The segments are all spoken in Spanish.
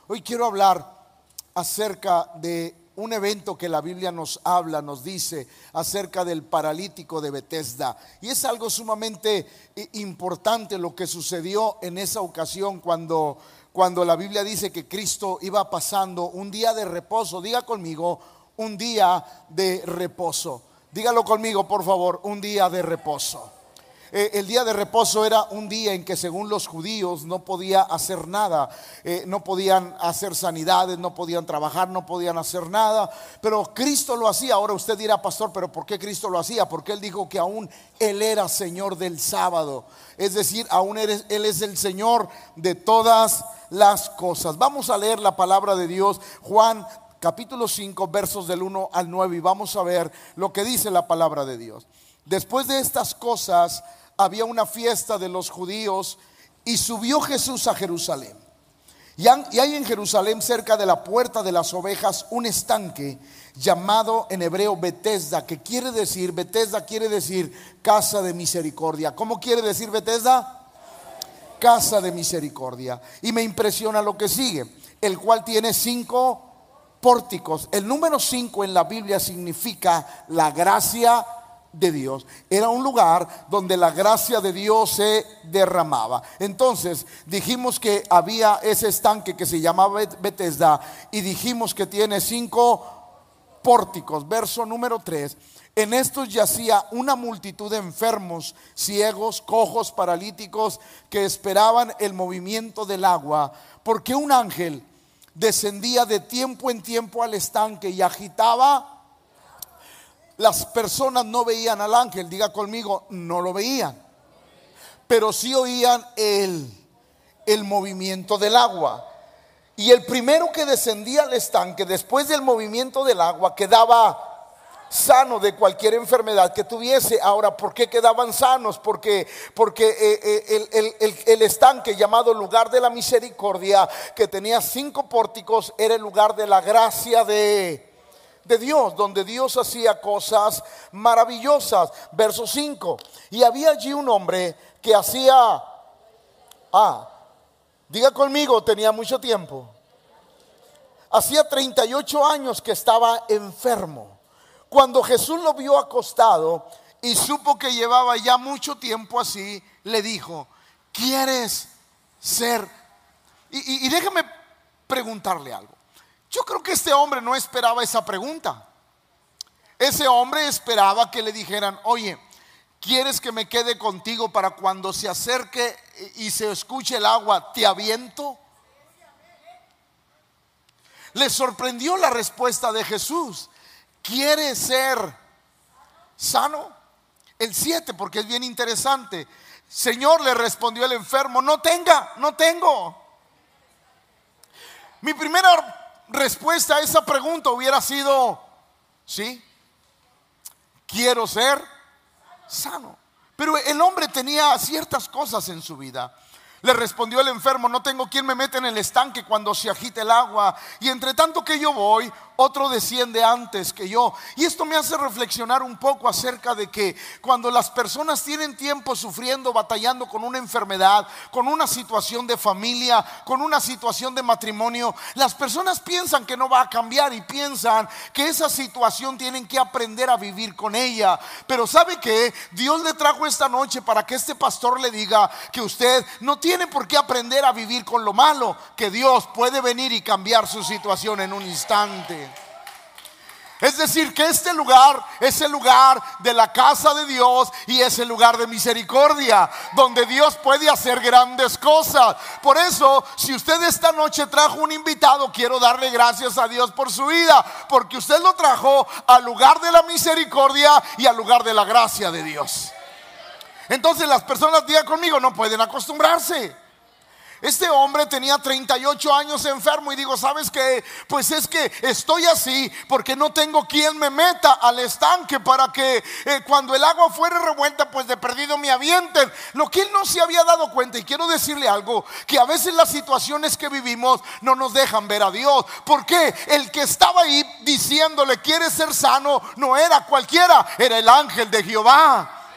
Hoy quiero hablar acerca de un evento que la Biblia nos habla, nos dice acerca del paralítico de Betesda. Y es algo sumamente importante lo que sucedió en esa ocasión cuando la Biblia dice que Cristo iba pasando un día de reposo. Diga conmigo, un día de reposo. Dígalo conmigo, por favor, un día de reposo. El día de reposo era un día en que, según los judíos, no podía hacer nada, no podían hacer sanidades, no podían trabajar, no podían hacer nada, pero Cristo lo hacía. Ahora usted dirá, pastor, pero ¿por qué Cristo lo hacía? Porque Él dijo que aún Él era Señor del sábado, es decir, aún Él es el Señor de todas las cosas. Vamos a leer la palabra de Dios, Juan capítulo 5, versos del 1 al 9, y vamos a ver lo que dice la palabra de Dios. Después de estas cosas había una fiesta de los judíos y subió Jesús a Jerusalén. Y hay en Jerusalén, cerca de la puerta de las ovejas, un estanque llamado en hebreo Betesda, que quiere decir, Betesda quiere decir casa de misericordia. ¿Cómo quiere decir Betesda? Casa de misericordia. Y me impresiona lo que sigue, el cual tiene 5 pórticos. El número 5 en la Biblia significa la gracia de Dios. Era un lugar donde la gracia de Dios se derramaba. Entonces dijimos que había ese estanque que se llamaba Betesda, y dijimos que tiene 5 pórticos. Verso número 3: en estos yacía una multitud de enfermos, ciegos, cojos, paralíticos, que esperaban el movimiento del agua, porque un ángel descendía de tiempo en tiempo al estanque y agitaba. Las personas no veían al ángel, diga conmigo, no lo veían, pero sí oían el movimiento del agua. Y el primero que descendía al estanque después del movimiento del agua quedaba sano de cualquier enfermedad que tuviese. Ahora, ¿por qué quedaban sanos? Porque el estanque, llamado lugar de la misericordia, que tenía 5 pórticos, era el lugar de la gracia de Dios, donde Dios hacía cosas maravillosas. Verso 5: y había allí un hombre que hacía, diga conmigo, tenía mucho tiempo. Hacía 38 años que estaba enfermo. Cuando Jesús lo vio acostado y supo que llevaba ya mucho tiempo así, le dijo: ¿quieres ser? Y déjame preguntarle algo. Yo creo que este hombre no esperaba esa pregunta. Ese hombre esperaba que le dijeran: oye, ¿quieres que me quede contigo para cuando se acerque y se escuche el agua, te aviento? Le sorprendió la respuesta de Jesús: ¿quieres ser sano? El 7, porque es bien interesante. Señor, le respondió el enfermo, no tengo. Mi primera respuesta a esa pregunta hubiera sido: sí, quiero ser sano. Pero el hombre tenía ciertas cosas en su vida. Le respondió el enfermo: no tengo quien me meta en el estanque cuando se agite el agua, y entre tanto que yo voy, otro desciende antes que yo. Y esto me hace reflexionar un poco acerca de que cuando las personas tienen tiempo sufriendo, batallando con una enfermedad, con una situación de familia, con una situación de matrimonio, las personas piensan que no va a cambiar y piensan que esa situación tienen que aprender a vivir con ella. Pero ¿sabe qué? Dios le trajo esta noche para que este pastor le diga que usted no tiene por qué aprender a vivir con lo malo, que Dios puede venir y cambiar su situación en un instante. Es decir, que este lugar es el lugar de la casa de Dios y es el lugar de misericordia, donde Dios puede hacer grandes cosas. Por eso, si usted esta noche trajo un invitado, quiero darle gracias a Dios por su vida, porque usted lo trajo al lugar de la misericordia y al lugar de la gracia de Dios. Entonces las personas, digan conmigo, no pueden acostumbrarse. Este hombre tenía 38 años enfermo y digo, ¿sabes qué? Pues es que estoy así porque no tengo quien me meta al estanque para que cuando el agua fuera revuelta, pues de perdido me avienten. Lo que él no se había dado cuenta, y quiero decirle algo, que a veces las situaciones que vivimos no nos dejan ver a Dios. Porque el que estaba ahí diciéndole: ¿quieres ser sano? No era cualquiera, era el ángel de Jehová.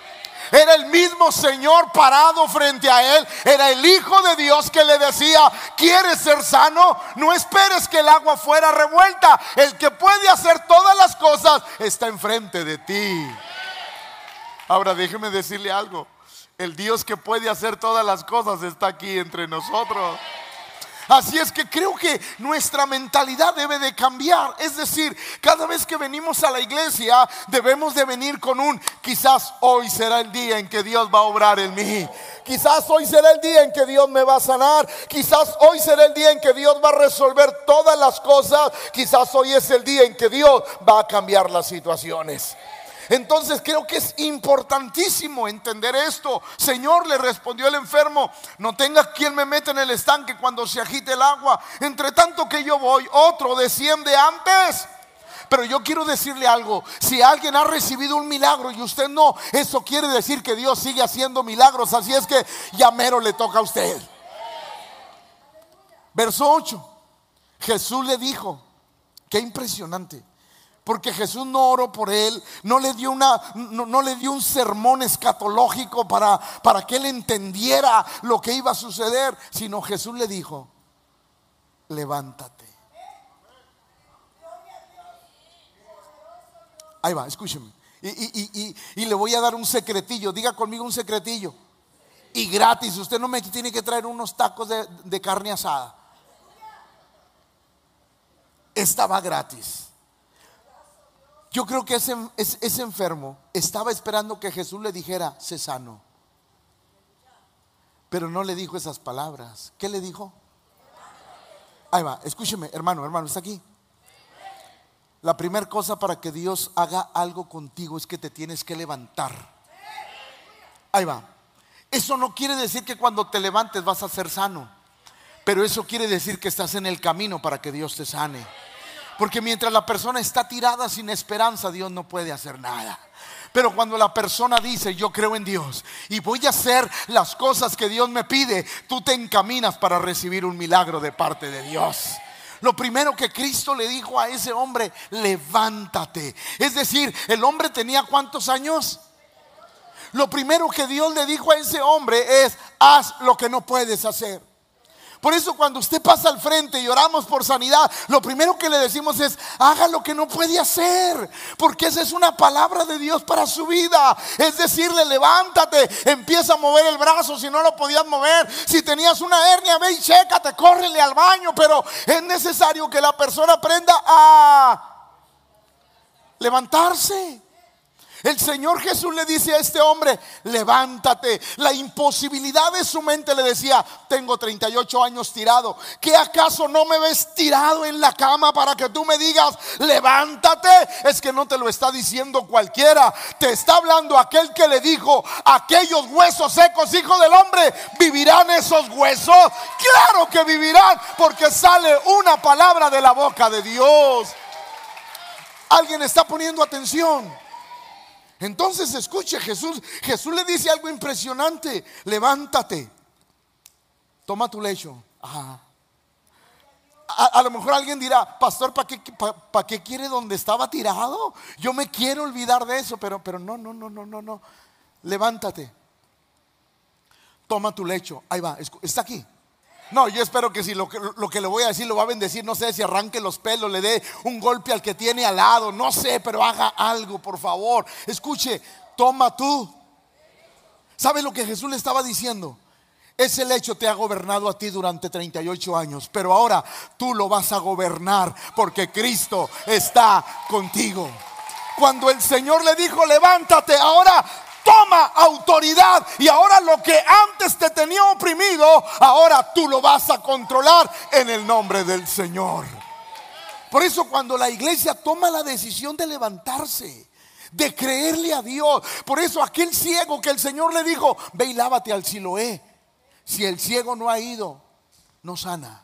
Era el mismo Señor parado frente a él. Era el Hijo de Dios que le decía: ¿quieres ser sano? No esperes que el agua fuera revuelta. El que puede hacer todas las cosas está enfrente de ti. Ahora déjeme decirle algo: el Dios que puede hacer todas las cosas está aquí entre nosotros. Así es que creo que nuestra mentalidad debe de cambiar. Es decir, cada vez que venimos a la iglesia debemos de venir con un: quizás hoy será el día en que Dios va a obrar en mí. Quizás hoy será el día en que Dios me va a sanar. Quizás hoy será el día en que Dios va a resolver todas las cosas. Quizás hoy es el día en que Dios va a cambiar las situaciones. Entonces creo que es importantísimo entender esto. Señor, le respondió el enfermo, no tenga quien me meta en el estanque cuando se agite el agua. Entre tanto que yo voy, otro desciende antes. Pero yo quiero decirle algo: si alguien ha recibido un milagro y usted no, eso quiere decir que Dios sigue haciendo milagros. Así es que ya mero le toca a usted. Verso 8. Jesús le dijo, qué impresionante, porque Jesús no oró por él, no le dio un sermón escatológico para que él entendiera lo que iba a suceder, sino Jesús le dijo: levántate. Ahí va, escúcheme. Y le voy a dar un secretillo. Diga conmigo: un secretillo. Y gratis. Usted no me tiene que traer unos tacos de carne asada. Estaba gratis. Yo creo que ese enfermo estaba esperando que Jesús le dijera: sé sano. Pero no le dijo esas palabras. ¿Qué le dijo? Ahí va, escúcheme, hermano, ¿está aquí? La primera cosa para que Dios haga algo contigo es que te tienes que levantar. Ahí va. Eso no quiere decir que cuando te levantes vas a ser sano, pero eso quiere decir que estás en el camino para que Dios te sane. Porque mientras la persona está tirada sin esperanza, Dios no puede hacer nada. Pero cuando la persona dice: yo creo en Dios y voy a hacer las cosas que Dios me pide, tú te encaminas para recibir un milagro de parte de Dios. Lo primero que Cristo le dijo a ese hombre: levántate. Es decir, el hombre tenía ¿cuántos años? Lo primero que Dios le dijo a ese hombre es: haz lo que no puedes hacer. Por eso cuando usted pasa al frente y oramos por sanidad, lo primero que le decimos es: haga lo que no puede hacer, porque esa es una palabra de Dios para su vida. Es decirle: levántate, empieza a mover el brazo si no lo podías mover. Si tenías una hernia, ve y chécate, córrele al baño. Pero es necesario que la persona aprenda a levantarse. El Señor Jesús le dice a este hombre: levántate. La imposibilidad de su mente le decía: tengo 38 años tirado. ¿Qué acaso no me ves tirado en la cama para que tú me digas levántate? Es que no te lo está diciendo cualquiera. Te está hablando aquel que le dijo: aquellos huesos secos, hijo del hombre, ¿vivirán esos huesos? Claro que vivirán, porque sale una palabra de la boca de Dios. ¿Alguien está poniendo atención? Entonces escuche, Jesús le dice algo impresionante: levántate, toma tu lecho. A lo mejor alguien dirá: pastor, ¿para qué quiere donde estaba tirado? Yo me quiero olvidar de eso. Pero no. Levántate, toma tu lecho. Ahí va, está aquí. No, yo espero que si lo que le voy a decir lo va a bendecir. No sé si arranque los pelos, le dé un golpe al que tiene al lado, no sé, pero haga algo, por favor. Escuche: toma tú. ¿Sabe lo que Jesús le estaba diciendo? Ese lecho te ha gobernado a ti durante 38 años, pero ahora tú lo vas a gobernar, porque Cristo está contigo. Cuando el Señor le dijo: levántate, ahora toma autoridad. Y ahora lo que antes te tenía oprimido, ahora tú lo vas a controlar en el nombre del Señor. Por eso cuando la iglesia toma la decisión de levantarse, de creerle a Dios, por eso aquel ciego que el Señor le dijo: ve y lávate al Siloé, si el ciego no ha ido, no sana.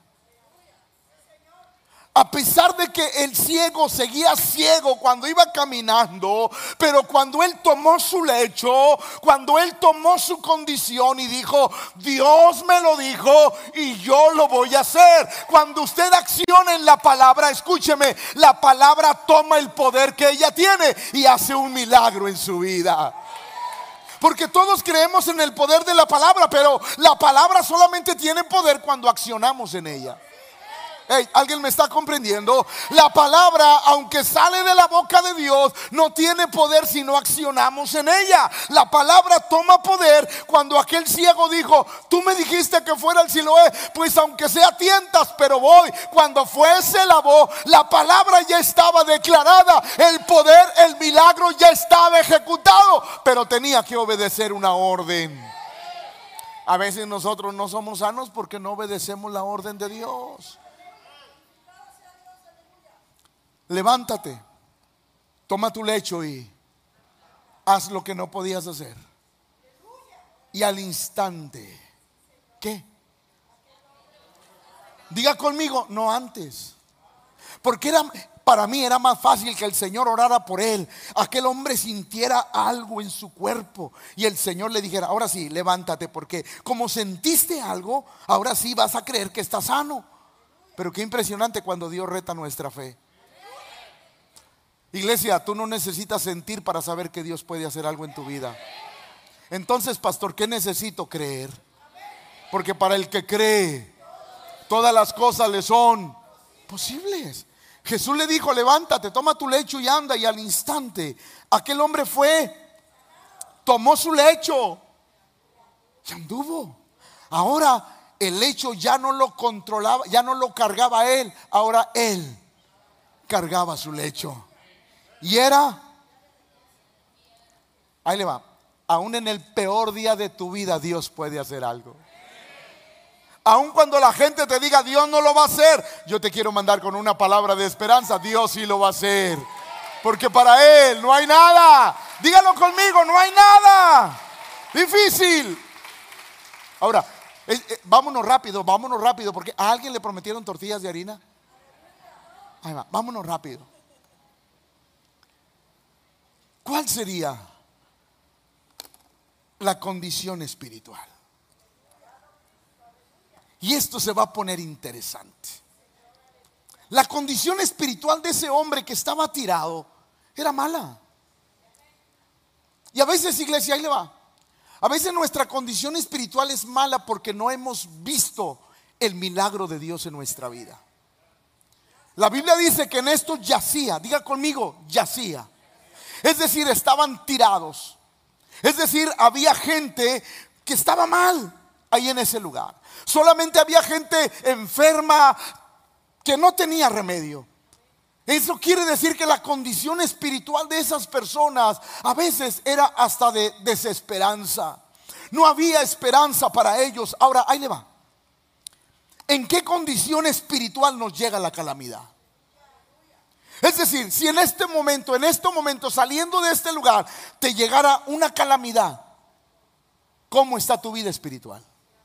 A pesar de que el ciego seguía ciego cuando iba caminando, pero cuando él tomó su lecho, cuando él tomó su condición y dijo: Dios me lo dijo y yo lo voy a hacer. Cuando usted acciona en la palabra, escúcheme, la palabra toma el poder que ella tiene y hace un milagro en su vida. Porque todos creemos en el poder de la palabra, pero la palabra solamente tiene poder cuando accionamos en ella. Hey, ¿alguien me está comprendiendo? La palabra, aunque sale de la boca de Dios, no tiene poder si no accionamos en ella. La palabra toma poder cuando aquel ciego dijo: tú me dijiste que fuera al Siloé, pues aunque sea tientas, pero voy. Cuando fue, se lavó. La palabra ya estaba declarada. El poder, el milagro ya estaba ejecutado, pero tenía que obedecer una orden. A veces nosotros no somos sanos porque no obedecemos la orden de Dios. Levántate, toma tu lecho y haz lo que no podías hacer. Y al instante, ¿qué? Diga conmigo, no antes. Porque para mí era más fácil que el Señor orara por él, aquel hombre sintiera algo en su cuerpo y el Señor le dijera: ahora sí, levántate, porque como sentiste algo, ahora sí vas a creer que estás sano. Pero qué impresionante cuando Dios reta nuestra fe. Iglesia, tú no necesitas sentir para saber que Dios puede hacer algo en tu vida. Entonces, pastor, ¿qué necesito? Creer. Porque para el que cree, todas las cosas le son posibles. Jesús le dijo: levántate, toma tu lecho y anda. Y al instante aquel hombre fue, tomó su lecho y anduvo. Ahora el lecho ya no lo controlaba, ya no lo cargaba él. Ahora él cargaba su lecho. Y era, ahí le va, aún en el peor día de tu vida Dios puede hacer algo. Aún cuando la gente te diga: Dios no lo va a hacer, yo te quiero mandar con una palabra de esperanza: Dios sí lo va a hacer. Porque para Él no hay nada, dígalo conmigo, no hay nada difícil. Ahora, vámonos rápido, porque a alguien le prometieron tortillas de harina. Ahí va, vámonos rápido. ¿Cuál sería la condición espiritual? Y esto se va a poner interesante. La condición espiritual de ese hombre que estaba tirado era mala. Y a veces, iglesia, ahí le va, a veces nuestra condición espiritual es mala porque no hemos visto el milagro de Dios en nuestra vida. La Biblia dice que en esto yacía, diga conmigo, yacía. Es decir, estaban tirados. Es decir, había gente que estaba mal ahí en ese lugar. Solamente había gente enferma que no tenía remedio. Eso quiere decir que la condición espiritual de esas personas a veces era hasta de desesperanza. No había esperanza para ellos. Ahora, ahí le va. ¿En qué condición espiritual nos llega la calamidad? Es decir, si en este momento, saliendo de este lugar, te llegara una calamidad, ¿cómo está tu vida espiritual?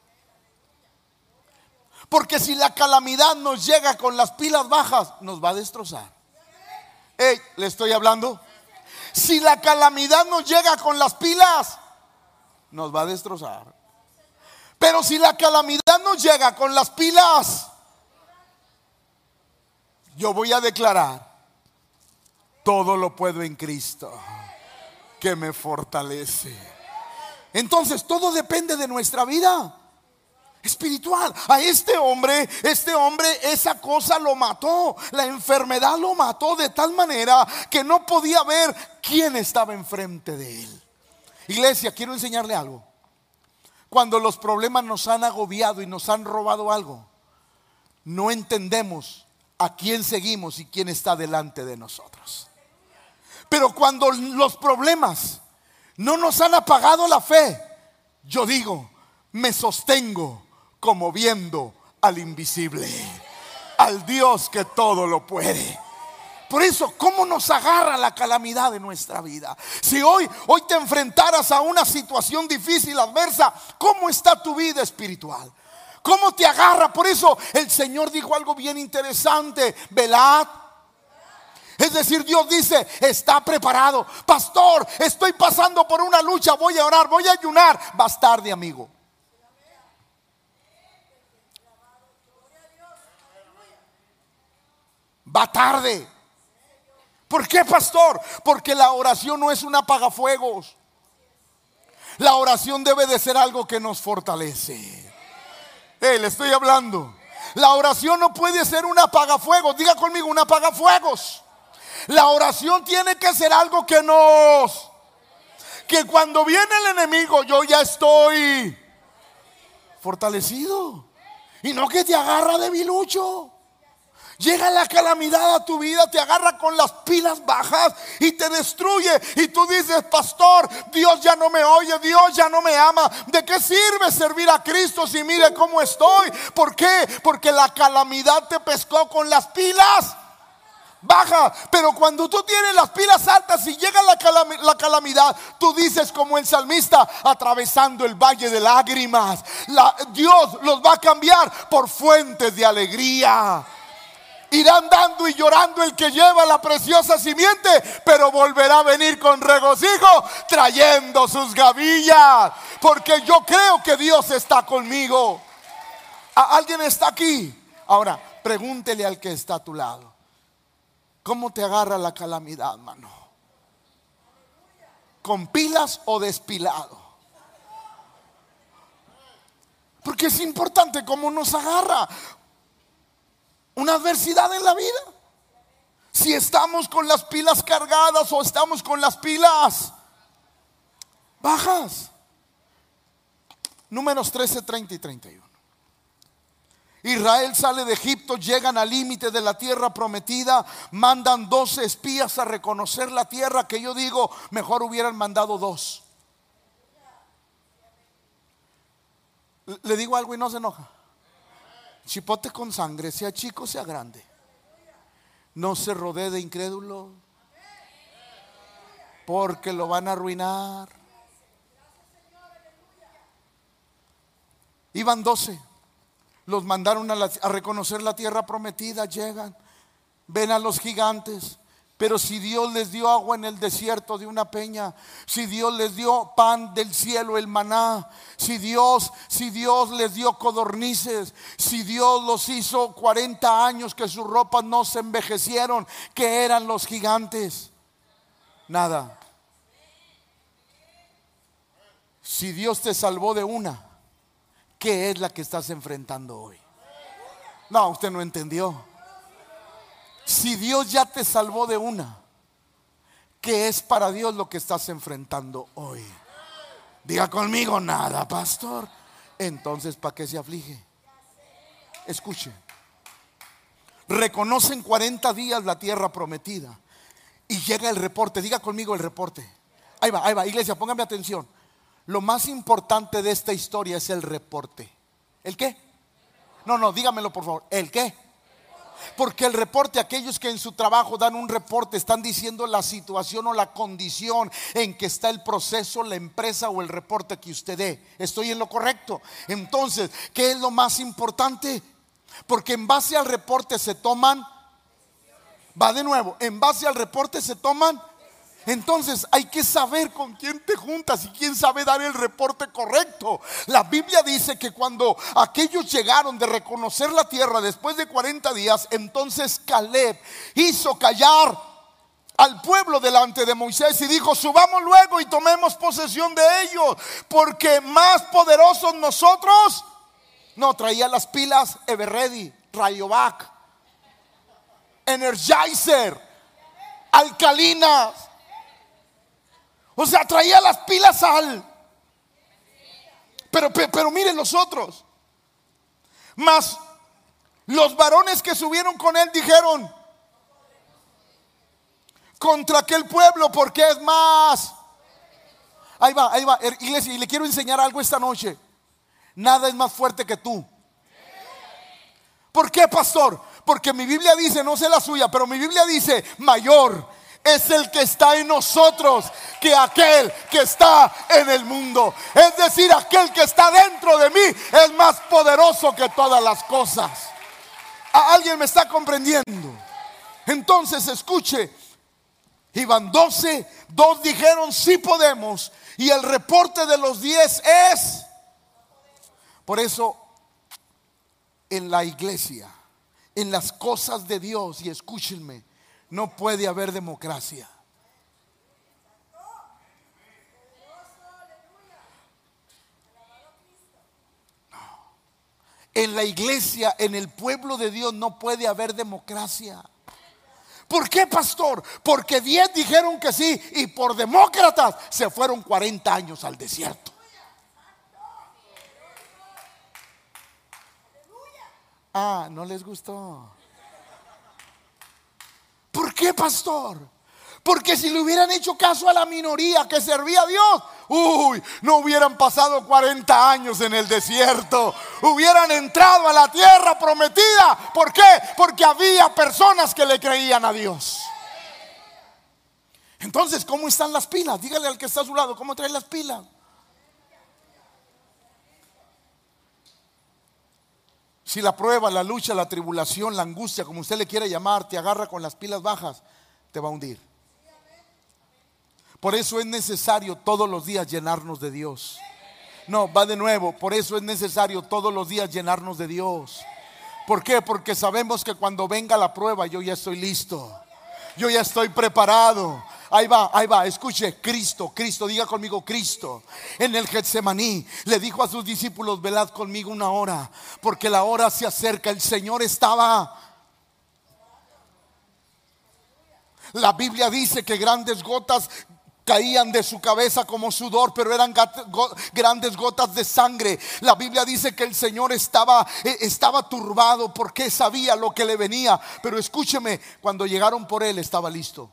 Porque si la calamidad nos llega con las pilas bajas, nos va a destrozar. Hey, ¿le estoy hablando? Si la calamidad nos llega con las pilas, nos va a destrozar. Pero si la calamidad nos llega con las pilas, yo voy a declarar: todo lo puedo en Cristo que me fortalece. Entonces todo depende de nuestra vida espiritual. A este hombre, esa cosa lo mató. La enfermedad lo mató de tal manera que no podía ver quién estaba enfrente de él. Iglesia, quiero enseñarle algo. Cuando los problemas nos han agobiado y nos han robado algo, no entendemos a quién seguimos y quién está delante de nosotros. Pero cuando los problemas no nos han apagado la fe, yo digo: me sostengo como viendo al invisible, al Dios que todo lo puede. Por eso, ¿cómo nos agarra la calamidad de nuestra vida? Si hoy te enfrentaras a una situación difícil, adversa, ¿cómo está tu vida espiritual? ¿Cómo te agarra? Por eso el Señor dijo algo bien interesante: velad. Es decir, Dios dice: está preparado. Pastor, estoy pasando por una lucha, voy a orar, voy a ayunar. Vas tarde, amigo. Va tarde. ¿Por qué, pastor? Porque la oración no es un apagafuegos. La oración debe de ser algo que nos fortalece. Le estoy hablando. La oración no puede ser un apagafuegos. Diga conmigo, un apagafuegos. La oración tiene que ser algo que que cuando viene el enemigo yo ya estoy fortalecido. Y no que te agarra debilucho. Llega la calamidad a tu vida, te agarra con las pilas bajas y te destruye. Y tú dices, pastor, Dios ya no me oye, Dios ya no me ama. ¿De qué sirve servir a Cristo si mire cómo estoy? ¿Por qué? Porque la calamidad te pescó con las pilas bajas. Pero cuando tú tienes las pilas altas y llega la calamidad, tú dices como el salmista, atravesando el valle de lágrimas, Dios los va a cambiar por fuentes de alegría. Irán dando y llorando el que lleva la preciosa simiente, pero volverá a venir con regocijo trayendo sus gavillas, porque yo creo que Dios está conmigo. ¿Alguien está aquí? Ahora, pregúntele al que está a tu lado, ¿cómo te agarra la calamidad, mano? ¿Con pilas o despilado? Porque es importante cómo nos agarra una adversidad en la vida. Si estamos con las pilas cargadas o estamos con las pilas bajas. Números 13, 30 y 31. Israel sale de Egipto, llegan al límite de la tierra prometida, mandan 12 espías a reconocer la tierra, que yo digo, mejor hubieran mandado 2. Le digo algo y no se enoja. Chipote con sangre, sea chico, sea grande, no se rodee de incrédulo, porque lo van a arruinar. Iban 12, los mandaron a reconocer la tierra prometida. Llegan, ven a los gigantes. Pero si Dios les dio agua en el desierto de una peña, si Dios les dio pan del cielo, el maná, si Dios les dio codornices, si Dios los hizo 40 años que sus ropas no se envejecieron, ¿qué eran los gigantes? Nada. Si Dios te salvó de una, ¿qué es la que estás enfrentando hoy? No, usted no entendió. Si Dios ya te salvó de una, ¿qué es para Dios lo que estás enfrentando hoy? Diga conmigo, nada, pastor. Entonces, ¿para qué se aflige? Escuche. Reconocen 40 días la tierra prometida y llega el reporte. Diga conmigo el reporte. Ahí va, iglesia, póngame atención. Lo más importante de esta historia es el reporte. ¿El qué? No, dígamelo por favor. ¿El qué? Porque el reporte, aquellos que en su trabajo dan un reporte, están diciendo la situación o la condición en que está el proceso, la empresa o el reporte que usted dé. ¿Estoy en lo correcto? Entonces, ¿qué es lo más importante? Porque en base al reporte se toman, va de nuevo, en base al reporte se toman. Entonces hay que saber con quién te juntas y quién sabe dar el reporte correcto. La Biblia dice que cuando aquellos llegaron de reconocer la tierra después de 40 días, entonces Caleb hizo callar al pueblo delante de Moisés y dijo: subamos luego y tomemos posesión de ellos, porque más poderosos nosotros. No, traía las pilas Everready, Rayovac, Energizer, alcalinas. O sea, traía las pilas pero miren los otros. Mas los varones que subieron con él dijeron: contra aquel pueblo, porque es más. Ahí va, iglesia, y le quiero enseñar algo esta noche. Nada es más fuerte que tú. ¿Por qué, pastor? Porque mi Biblia dice, no sé la suya, pero mi Biblia dice: mayor es el que está en nosotros que aquel que está en el mundo. Es decir, aquel que está dentro de mí es más poderoso que todas las cosas. ¿Alguien me está comprendiendo? Entonces escuche, iban 12, 2 dijeron sí podemos, y el reporte de los 10 es. Por eso en la iglesia, en las cosas de Dios, y escúchenme, no puede haber democracia. En la iglesia, en el pueblo de Dios, no puede haber democracia. ¿Por qué, pastor? Porque 10 dijeron que sí y por demócratas se fueron 40 años al desierto. Ah, no les gustó. ¿Por qué, pastor? Porque si le hubieran hecho caso a la minoría que servía a Dios, no hubieran pasado 40 años en el desierto. Hubieran entrado a la tierra prometida. ¿Por qué? Porque había personas que le creían a Dios. Entonces, ¿cómo están las pilas? Dígale al que está a su lado, ¿cómo trae las pilas? Si la prueba, la lucha, la tribulación, la angustia, como usted le quiera llamar, te agarra con las pilas bajas, te va a hundir. Por eso es necesario todos los días llenarnos de Dios. No, va de nuevo. Por eso es necesario todos los días llenarnos de Dios. ¿Por qué? Porque sabemos que cuando venga la prueba yo ya estoy listo. Yo ya estoy preparado. Ahí va, escuche, Cristo, diga conmigo Cristo. En el Getsemaní le dijo a sus discípulos: velad conmigo una hora, porque la hora se acerca. El Señor estaba. La Biblia dice que grandes gotas caían de su cabeza como sudor, pero eran grandes gotas de sangre. La Biblia dice que el Señor estaba turbado porque sabía lo que le venía. Pero escúcheme, cuando llegaron por él estaba listo.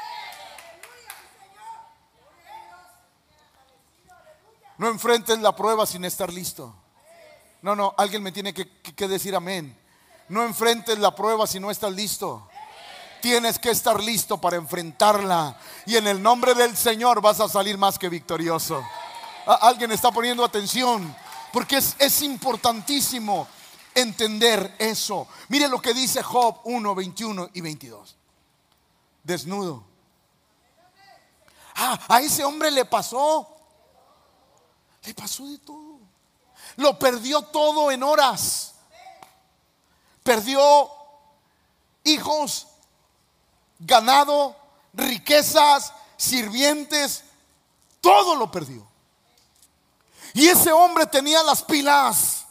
No enfrentes la prueba sin estar listo. No, alguien me tiene que decir amén. No enfrentes la prueba si no estás listo. Tienes que estar listo para enfrentarla. Y en el nombre del Señor vas a salir más que victorioso. Alguien está poniendo atención, porque es importantísimo entender eso. Mire lo que dice Job 1, 21 y 22. Desnudo. A ese hombre le pasó de todo. Lo perdió todo en horas. Perdió hijos, ganado, riquezas, sirvientes, todo lo perdió. Y ese hombre tenía las pilas.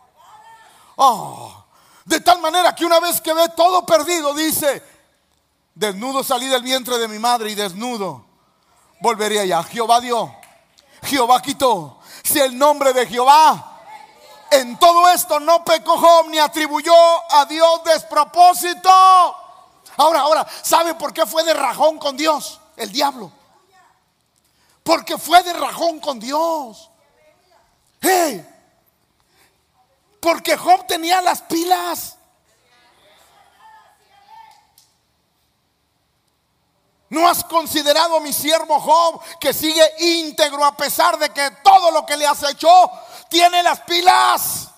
De tal manera que una vez que ve todo perdido, dice: desnudo salí del vientre de mi madre y desnudo volveré allá. Jehová dio, Jehová quitó. Si el nombre de Jehová, en todo esto no pecó Job ni atribuyó a Dios despropósito. Ahora, ¿sabe por qué fue de rajón con Dios el diablo? Porque fue de rajón con Dios. Porque Job tenía las pilas. ¿No has considerado a mi siervo Job, que sigue íntegro a pesar de que todo lo que le has hecho? Tiene las pilas.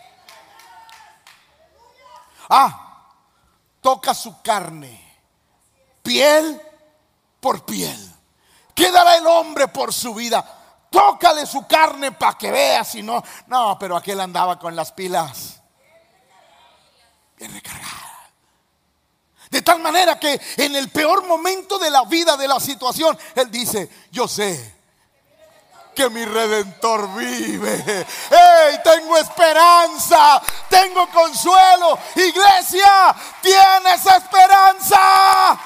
Toca su carne, piel por piel. ¿Qué dará el hombre por su vida? Tócale su carne para que vea. Si no, pero aquel andaba con las pilas bien recargadas. De tal manera que en el peor momento de la vida, de la situación, él dice: yo sé que mi Redentor vive. Tengo esperanza, tengo consuelo. Iglesia, tienes esperanza.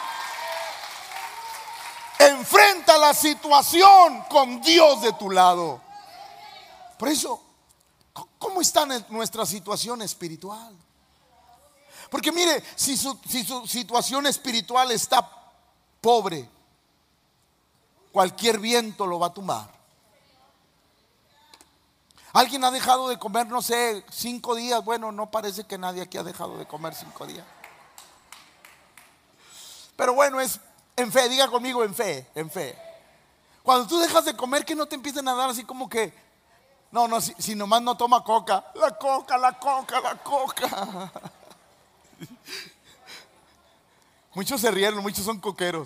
Enfrenta la situación con Dios de tu lado. Por eso, ¿cómo está nuestra situación espiritual? Porque mire, si su situación espiritual está pobre, cualquier viento lo va a tumbar. ¿Alguien ha dejado de comer, no sé, 5 días? Bueno, no parece que nadie aquí ha dejado de comer 5 días. Pero bueno, es en fe, diga conmigo en fe. Cuando tú dejas de comer, que no te empiecen a dar así como que, si nomás no toma coca. La coca. Muchos se rieron, muchos son coqueros.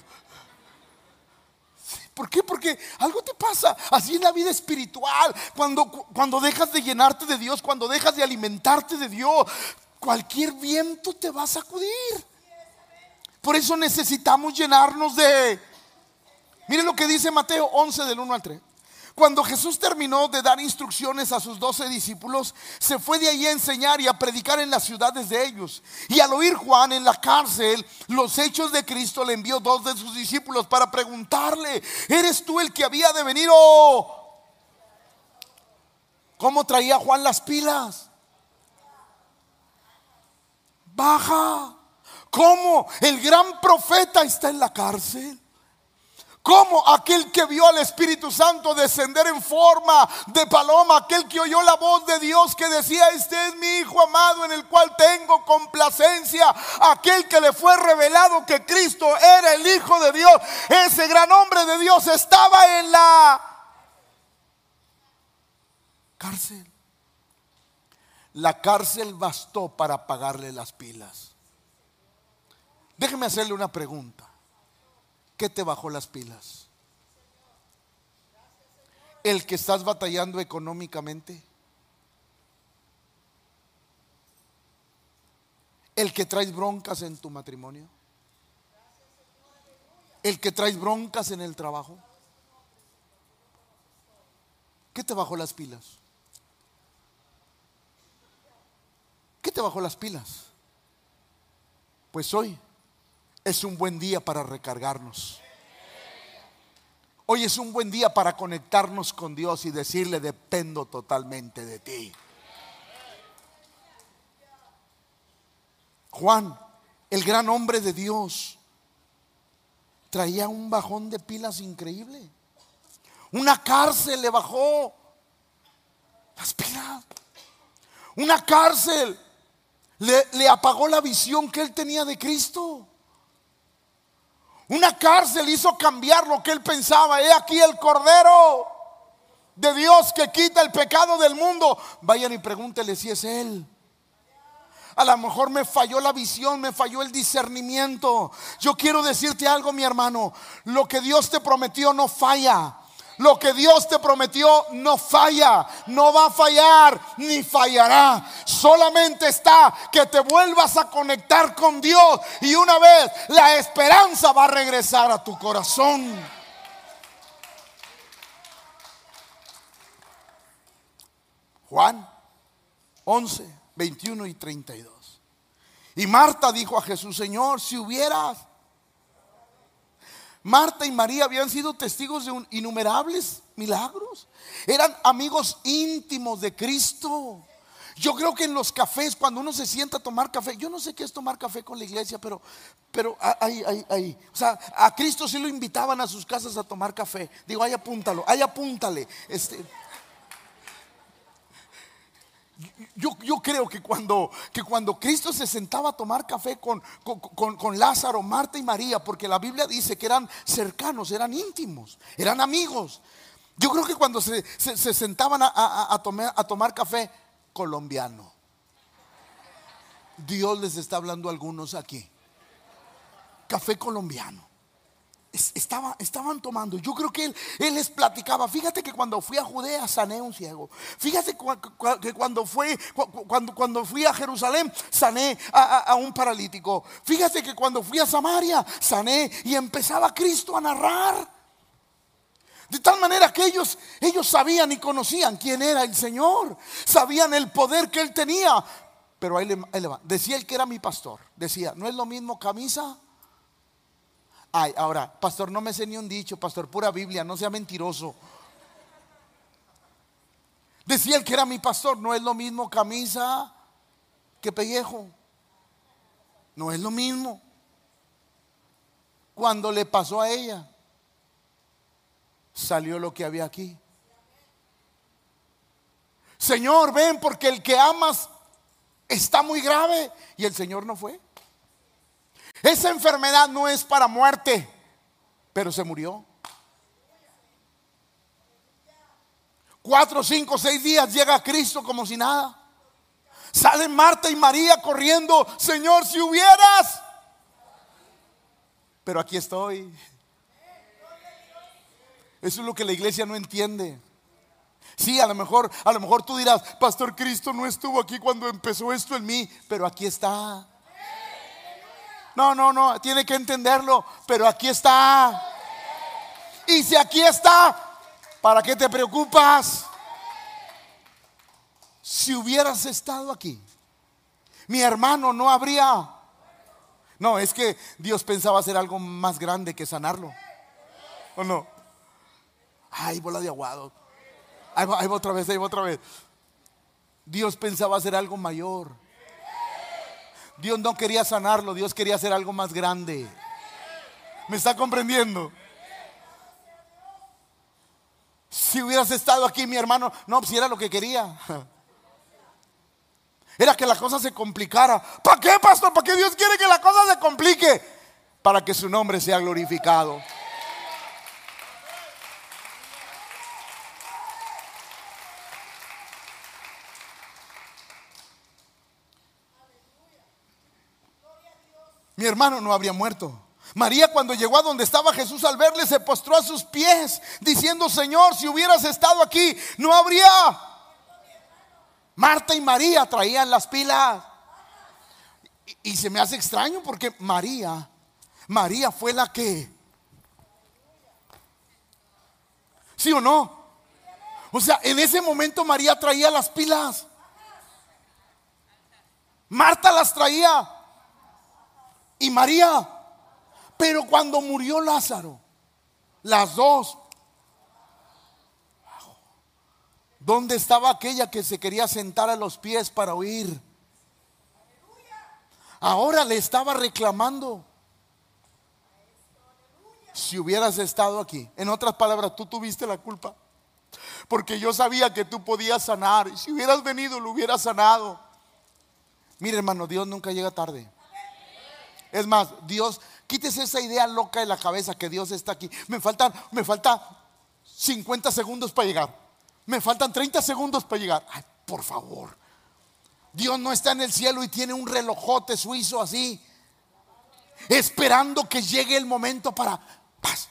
¿Por qué? Porque algo te pasa. Así es la vida espiritual. Cuando dejas de llenarte de Dios, cuando dejas de alimentarte de Dios, cualquier viento te va a sacudir. Por eso necesitamos llenarnos de. Mire lo que dice Mateo 11 del 1 al 3. Cuando Jesús terminó de dar instrucciones a sus 12 discípulos, se fue de allí a enseñar y a predicar en las ciudades de ellos. Y al oír Juan en la cárcel los hechos de Cristo, le envió 2 de sus discípulos para preguntarle: ¿eres tú el que había de venir o? ¿Cómo traía Juan las pilas? Baja. ¿Cómo? El gran profeta está en la cárcel. ¿Cómo? Aquel que vio al Espíritu Santo descender en forma de paloma, aquel que oyó la voz de Dios que decía: este es mi Hijo amado en el cual tengo complacencia, aquel que le fue revelado que Cristo era el Hijo de Dios. Ese gran hombre de Dios estaba en la cárcel. La cárcel bastó para apagarle las pilas. Déjeme hacerle una pregunta. ¿Qué te bajó las pilas? ¿El que estás batallando económicamente? ¿El que traes broncas en tu matrimonio? ¿El que traes broncas en el trabajo? ¿Qué te bajó las pilas? ¿Qué te bajó las pilas? Pues hoy es un buen día para recargarnos. Hoy es un buen día para conectarnos con Dios y decirle: dependo totalmente de ti. Juan, el gran hombre de Dios, traía un bajón de pilas increíble. Una cárcel le bajó las pilas. Una cárcel le apagó la visión que él tenía de Cristo. Una cárcel hizo cambiar lo que él pensaba. He aquí el Cordero de Dios que quita el pecado del mundo. Vayan y pregúntele si es él. A lo mejor me falló la visión, me falló el discernimiento. Yo quiero decirte algo, mi hermano: lo que Dios te prometió no falla. Lo que Dios te prometió no falla, no va a fallar ni fallará. Solamente está que te vuelvas a conectar con Dios, y una vez la esperanza va a regresar a tu corazón. Juan 11, 21 y 32. Y Marta dijo a Jesús: Señor, si hubieras. Marta y María habían sido testigos de innumerables milagros. Eran amigos íntimos de Cristo. Yo creo que en los cafés, cuando uno se sienta a tomar café, yo no sé qué es tomar café con la iglesia, pero ahí. O sea, a Cristo sí lo invitaban a sus casas a tomar café. Digo, ahí apúntalo, ahí apúntale. Yo creo que cuando Cristo se sentaba a tomar café con Lázaro, Marta y María, porque la Biblia dice que eran cercanos, eran íntimos, eran amigos. Yo creo que cuando se sentaban a tomar café colombiano, Dios les está hablando a algunos aquí. Café colombiano. Estaban tomando. Yo creo que él les platicaba: fíjate que cuando fui a Judea sané a un ciego. Fíjate que cuando fui a Jerusalén sané a un paralítico. Fíjate que cuando fui a Samaria sané. Y empezaba Cristo a narrar. De tal manera que ellos sabían y conocían quién era el Señor. Sabían el poder que él tenía. Pero ahí le va. Decía el que era mi pastor. Decía: no es lo mismo camisa. Ay, ahora, pastor, no me sé ni un dicho, pastor, pura Biblia, no sea mentiroso. Decía el que era mi pastor: no es lo mismo camisa que pellejo. No es lo mismo. Cuando le pasó a ella, salió lo que había aquí. Señor, ven, porque el que amas está muy grave. Y el Señor no fue. Esa enfermedad no es para muerte, pero se murió. 4, 5, 6 días llega Cristo como si nada. Salen Marta y María corriendo: Señor, si hubieras. Pero aquí estoy. Eso es lo que la iglesia no entiende. Sí, a lo mejor tú dirás: pastor, Cristo no estuvo aquí cuando empezó esto en mí, pero aquí está. No, tiene que entenderlo, pero aquí está. Y si aquí está, ¿Para qué te preocupas? Si hubieras estado aquí, mi hermano no habría. No, es que Dios pensaba hacer algo más grande que sanarlo, ¿o no? Ay, bola de aguado. Ahí va otra vez, ahí va otra vez. Dios pensaba hacer algo mayor. Dios no quería sanarlo, Dios quería hacer algo más grande. ¿Me está comprendiendo? Si hubieras estado aquí, mi hermano, no, pues si era lo que quería. Era que la cosa se complicara. ¿Para qué, pastor? ¿Para qué Dios quiere que la cosa se complique? Para que su nombre sea glorificado. Mi hermano no habría muerto. María, cuando llegó a donde estaba Jesús, al verle se postró a sus pies, diciendo: Señor, si hubieras estado aquí, no habría. Marta y María traían las pilas. Y se me hace extraño porque María fue la que, ¿sí o no? O sea, en ese momento María traía las pilas, Marta las traía y María. Pero cuando murió Lázaro, las dos, ¿dónde estaba aquella que se quería sentar a los pies para oír? Ahora le estaba reclamando: si hubieras estado aquí. En otras palabras, tú tuviste la culpa, porque yo sabía que tú podías sanar, y si hubieras venido lo hubieras sanado. Mire, hermano, Dios nunca llega tarde. Es más, Dios, quítese esa idea loca de la cabeza que Dios está aquí. Me faltan 50 segundos para llegar. Me faltan 30 segundos para llegar. Ay, por favor. Dios no está en el cielo y tiene un relojote suizo así, esperando que llegue el momento para paz.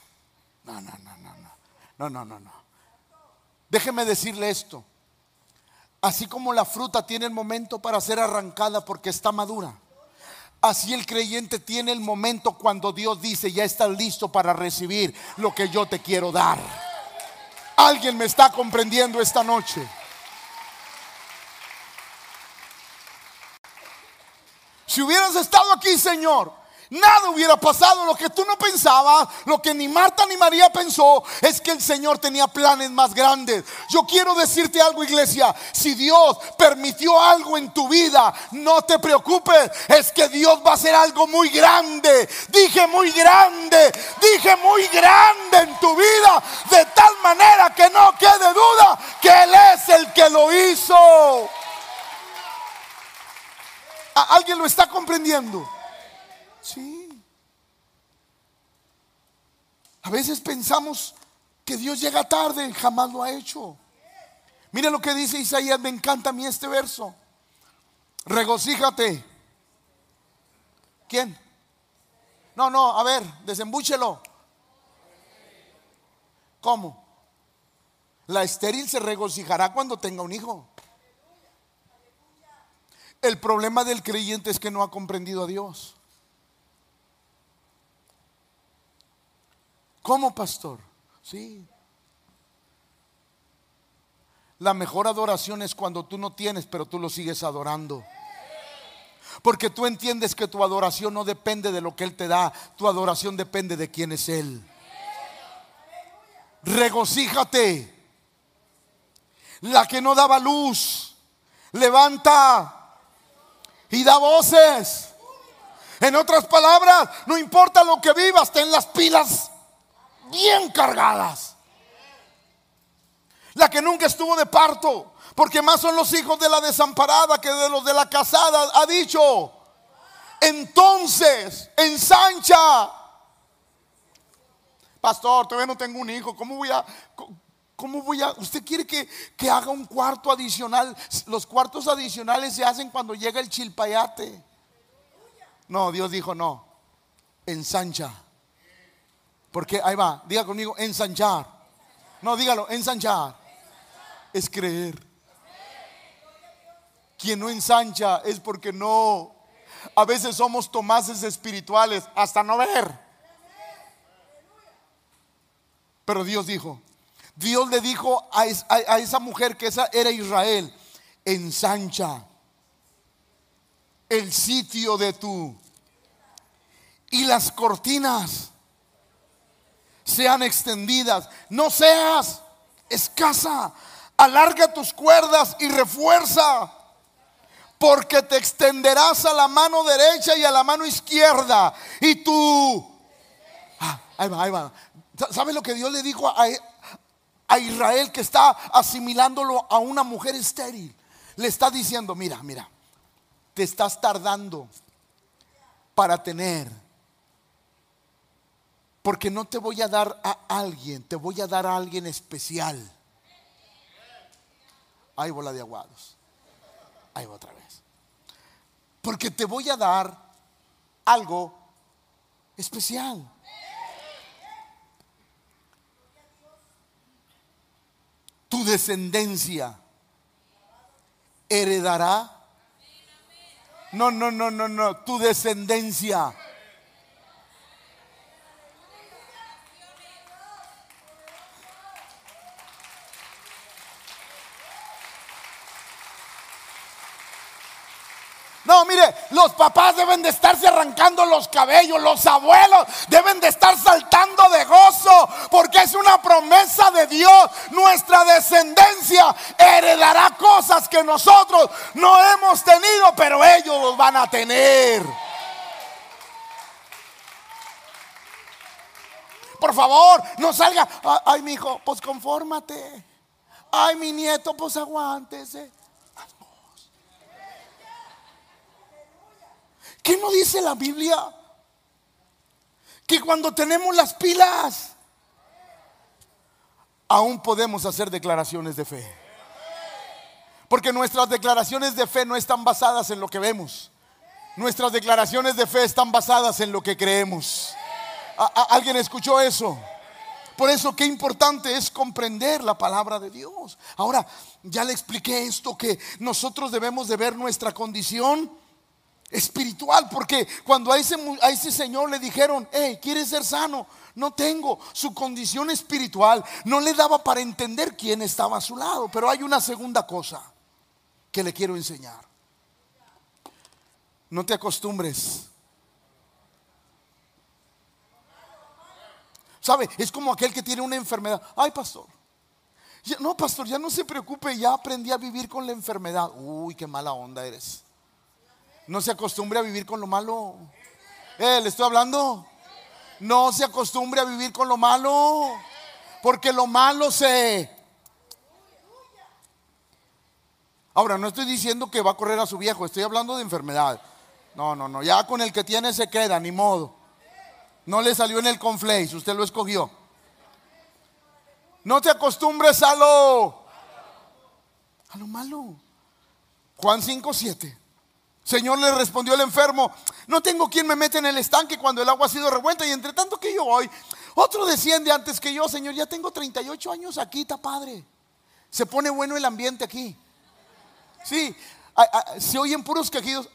No. Déjeme decirle esto. Así como la fruta tiene el momento para ser arrancada porque está madura, así el creyente tiene el momento cuando Dios dice: ya estás listo para recibir lo que yo te quiero dar. ¿Alguien me está comprendiendo esta noche? Si hubieras estado aquí, Señor, nada hubiera pasado. Lo que tú no pensabas, lo que ni Marta ni María pensó, es que el Señor tenía planes más grandes. Yo quiero decirte algo, iglesia: si Dios permitió algo en tu vida, no te preocupes, es que Dios va a hacer algo muy grande. Dije muy grande en tu vida, de tal manera que no quede duda que Él es el que lo hizo. ¿Alguien lo está comprendiendo? Sí. A veces pensamos que Dios llega tarde, jamás lo ha hecho. Mire lo que dice Isaías, me encanta a mí este verso. Regocíjate. ¿Quién? No, a ver, desembúchelo. ¿Cómo? La estéril se regocijará cuando tenga un hijo. El problema del creyente es que no ha comprendido a Dios. ¿Cómo, pastor? Sí. La mejor adoración es cuando tú no tienes, pero tú lo sigues adorando. Porque tú entiendes que tu adoración no depende de lo que Él te da. Tu adoración depende de quién es Él. Regocíjate. La que no daba luz, levanta y da voces. En otras palabras, no importa lo que vivas, ten las pilas bien cargadas. La que nunca estuvo de parto, porque más son los hijos de la desamparada que de los de la casada, ha dicho: entonces ensancha. Pastor, todavía no tengo un hijo, ¿cómo voy a? ¿Usted quiere que haga un cuarto adicional? Los cuartos adicionales se hacen cuando llega el chilpayate. No, Dios dijo: no, ensancha. Porque ahí va, diga conmigo: ensanchar. No, dígalo, ensanchar. Es creer. Quien no ensancha es porque no. A veces somos Tomases espirituales hasta no ver. Pero Dios dijo: Dios le dijo a esa mujer, que esa era Israel: ensancha el sitio de tu, y las cortinas sean extendidas, no seas escasa, alarga tus cuerdas y refuerza, porque te extenderás a la mano derecha y a la mano izquierda, y tú, ahí va. ¿Sabes lo que Dios le dijo a Israel, que está asimilándolo a una mujer estéril? Le está diciendo: mira, te estás tardando para tener, porque no te voy a dar a alguien, te voy a dar a alguien especial. Ahí bola de aguados, ahí va otra vez. Porque te voy a dar algo especial. Tu descendencia heredará. No, tu descendencia. No, mire, los papás deben de estarse arrancando los cabellos, los abuelos deben de estar saltando de gozo, porque es una promesa de Dios. Nuestra descendencia heredará cosas que nosotros no hemos tenido, pero ellos los van a tener. Por favor, no salga: ay, mi hijo, pues confórmate. Ay, mi nieto, pues aguántese. ¿Qué no dice la Biblia? Que cuando tenemos las pilas, aún podemos hacer declaraciones de fe. Porque nuestras declaraciones de fe no están basadas en lo que vemos. Nuestras declaraciones de fe están basadas en lo que creemos. ¿Alguien escuchó eso? Por eso qué importante es comprender la palabra de Dios. Ahora, ya le expliqué esto, que nosotros debemos de ver nuestra condición espiritual, porque cuando a ese señor le dijeron: hey, ¿quieres ser sano? No tengo. Su condición espiritual no le daba para entender quién estaba a su lado. Pero hay una segunda cosa que le quiero enseñar. No te acostumbres. ¿Sabe? Es como aquel que tiene una enfermedad. Ay, pastor, no, pastor, ya no se preocupe, ya aprendí a vivir con la enfermedad. Uy, qué mala onda eres. No se acostumbre a vivir con lo malo. Le estoy hablando. No se acostumbre a vivir con lo malo, porque lo malo Ahora, no estoy diciendo que va a correr a su viejo, estoy hablando de enfermedad. No, ya con el que tiene se queda, ni modo. No le salió en el cornflakes, usted lo escogió. No te acostumbres a lo malo. Juan 5:7. Señor, le respondió el enfermo: no tengo quien me mete en el estanque cuando el agua ha sido revuelta, y entre tanto que yo voy, otro desciende antes que yo. Señor, ya tengo 38 años aquí, está padre. Se pone bueno el ambiente aquí. Sí, se oyen puros quejidos.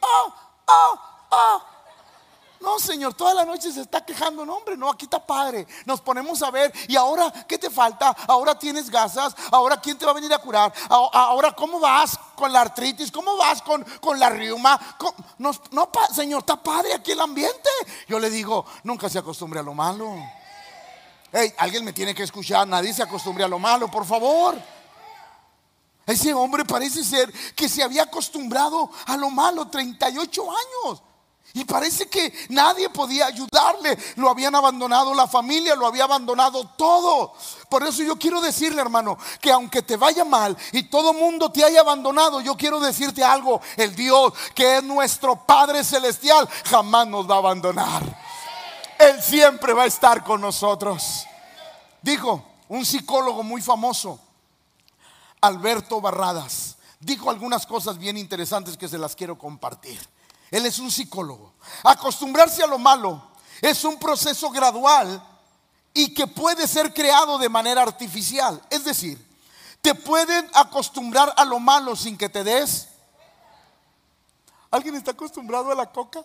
No, Señor, toda la noche se está quejando. No, hombre, no, aquí está padre. Nos ponemos a ver. Y ahora, ¿qué te falta? Ahora tienes gasas. Ahora, ¿quién te va a venir a curar? Ahora, ¿cómo vas con la artritis? ¿Cómo vas con la riuma? No, Señor, está padre aquí el ambiente. Yo le digo: nunca se acostumbre a lo malo. Hey, alguien me tiene que escuchar. Nadie se acostumbre a lo malo, por favor. Ese hombre parece ser que se había acostumbrado a lo malo, 38 años. Y parece que nadie podía ayudarle. Lo habían abandonado la familia, lo había abandonado todo. Por eso yo quiero decirle, hermano, que aunque te vaya mal y todo mundo te haya abandonado, yo quiero decirte algo: el Dios que es nuestro Padre Celestial jamás nos va a abandonar. Él siempre va a estar con nosotros. Dijo un psicólogo muy famoso, Alberto Barradas, dijo algunas cosas bien interesantes que se las quiero compartir. Él es un psicólogo. Acostumbrarse a lo malo es un proceso gradual y que puede ser creado de manera artificial. Es decir, te pueden acostumbrar a lo malo sin que te des. ¿Alguien está acostumbrado a la coca?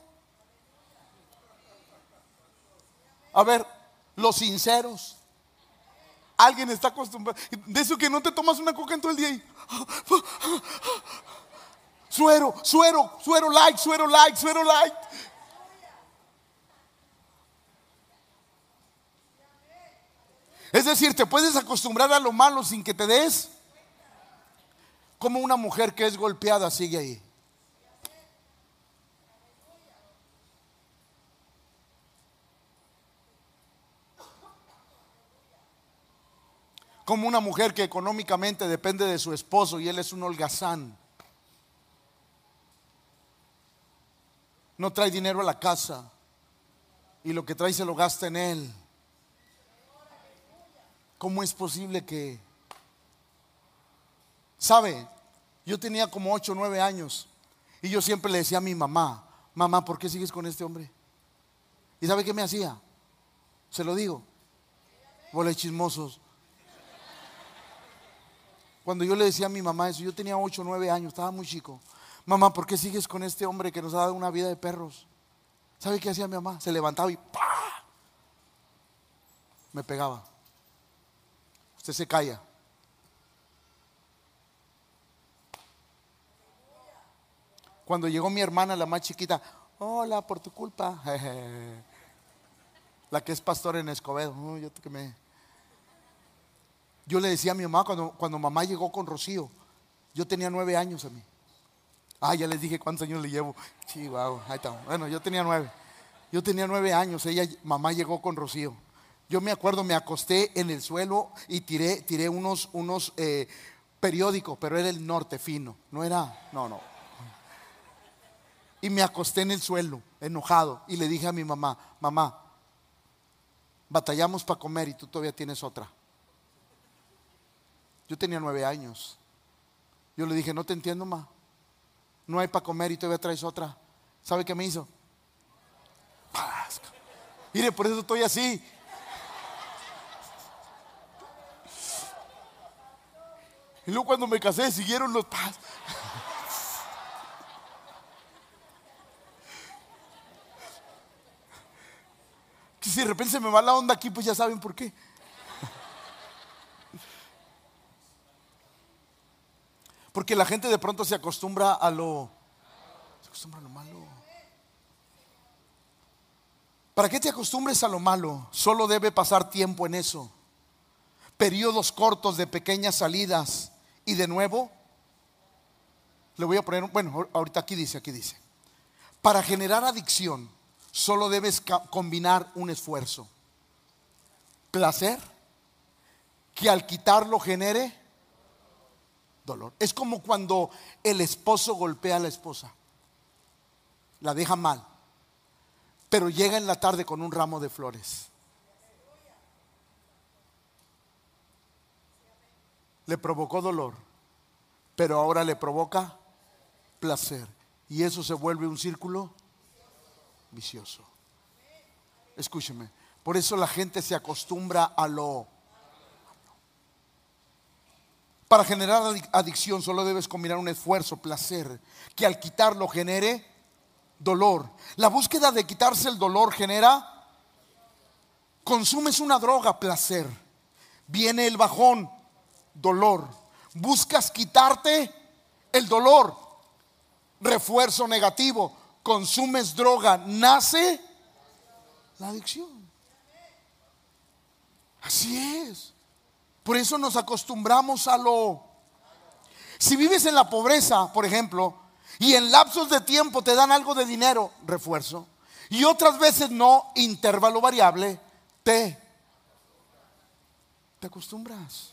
A ver, los sinceros. Alguien está acostumbrado. De eso que no te tomas una coca en todo el día y suero, suero, suero light, suero light, suero light. Es decir, te puedes acostumbrar a lo malo sin que te des. Como una mujer que es golpeada sigue ahí. Como una mujer que económicamente depende de su esposo y él es un holgazán. No trae dinero a la casa y lo que trae se lo gasta en él. ¿Cómo es posible que? ¿Sabe? Yo tenía como 8 o 9 años y yo siempre le decía a mi mamá: mamá, ¿por qué sigues con este hombre? ¿Y sabe qué me hacía? Se lo digo: bola de chismosos. Cuando yo le decía a mi mamá eso, yo tenía 8 o 9 años, estaba muy chico. Mamá, ¿por qué sigues con este hombre que nos ha dado una vida de perros? ¿Sabe qué hacía mi mamá? Se levantaba y ¡pah! Me pegaba. Usted se calla. Cuando llegó mi hermana, la más chiquita: hola, por tu culpa. La que es pastora en Escobedo. Yo le decía a mi mamá cuando mamá llegó con Rocío, yo tenía 9 años a mí. Ya les dije cuántos años le llevo. Chihuahua, ahí está. Bueno, yo tenía 9. Yo tenía 9 años, mamá llegó con Rocío. Yo me acuerdo, me acosté en el suelo y tiré unos periódicos, pero era el Norte fino, no. Y me acosté en el suelo, enojado, y le dije a mi mamá: mamá, batallamos para comer y tú todavía tienes otra. Yo tenía 9 años. Yo le dije: no te entiendo, ma. No hay para comer y todavía traes otra. ¿Sabe qué me hizo? Mire, por eso estoy así. Y luego cuando me casé siguieron los pasos. Que si de repente se me va la onda aquí, pues ya saben por qué. Porque la gente de pronto se acostumbra a lo malo. ¿Para qué te acostumbres a lo malo? Solo debe pasar tiempo en eso. Periodos cortos de pequeñas salidas y de nuevo. Le voy a poner, bueno, ahorita aquí dice. Para generar adicción solo debes combinar un esfuerzo. Placer que al quitarlo genere dolor. Es como cuando el esposo golpea a la esposa, la deja mal, pero llega en la tarde con un ramo de flores. Le provocó dolor, pero ahora le provoca placer, y eso se vuelve un círculo vicioso. Escúcheme, por eso la gente se acostumbra a lo. Para generar adicción solo debes combinar un esfuerzo, placer, que al quitarlo genere dolor. La búsqueda de quitarse el dolor genera. Consumes una droga, placer. Viene el bajón, dolor. Buscas quitarte el dolor, refuerzo negativo. Consumes droga, nace la adicción. Así es. Por eso nos acostumbramos a lo. Si vives en la pobreza, por ejemplo, y en lapsos de tiempo te dan algo de dinero, refuerzo, y otras veces no, intervalo variable, te acostumbras.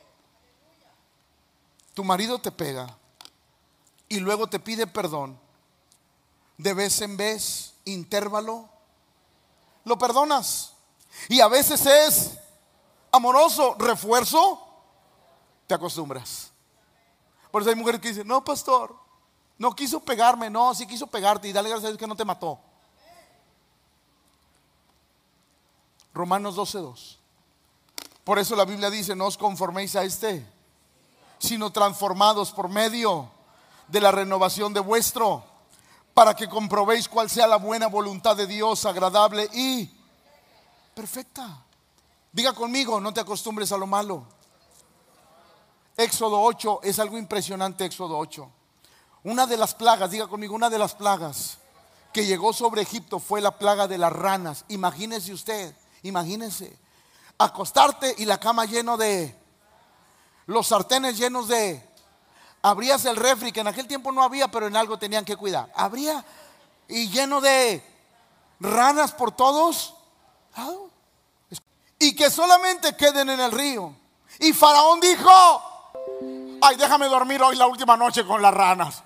Tu marido te pega y luego te pide perdón. De vez en vez, intervalo, lo perdonas. Y a veces es amoroso, refuerzo, te acostumbras. Por eso hay mujeres que dicen: no, pastor, no quiso pegarme. No, sí quiso pegarte, y dale gracias a Dios que no te mató. Romanos 12:2. Por eso la Biblia dice: no os conforméis a sino transformados por medio de la renovación de vuestro, para que comprobéis cuál sea la buena voluntad de Dios, agradable y perfecta. Diga conmigo, no te acostumbres a lo malo. Éxodo 8 es algo impresionante. Éxodo 8. Una de las plagas, diga conmigo, una de las plagas que llegó sobre Egipto fue la plaga de las ranas. Imagínese usted, imagínese acostarte y la cama lleno de, los sartenes llenos de, abrías el refri, que en aquel tiempo no había, pero en algo tenían que cuidar, abría y lleno de ranas por todos lados, y que solamente queden en el río. Y Faraón dijo: ay, déjame dormir hoy la última noche con las ranas.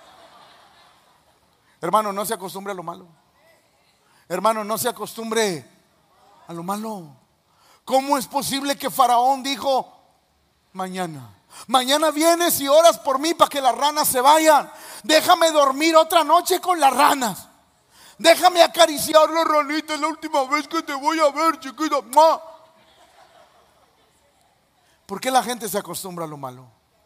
Hermano, no se acostumbre a lo malo. Hermano, no se acostumbre a lo malo. ¿Cómo es posible que Faraón dijo: mañana vienes y oras por mí para que las ranas se vayan? Déjame dormir otra noche con las ranas. Déjame acariciar la ranita, es la última vez que te voy a ver, chiquita. ¿Por qué la gente se acostumbra a lo malo?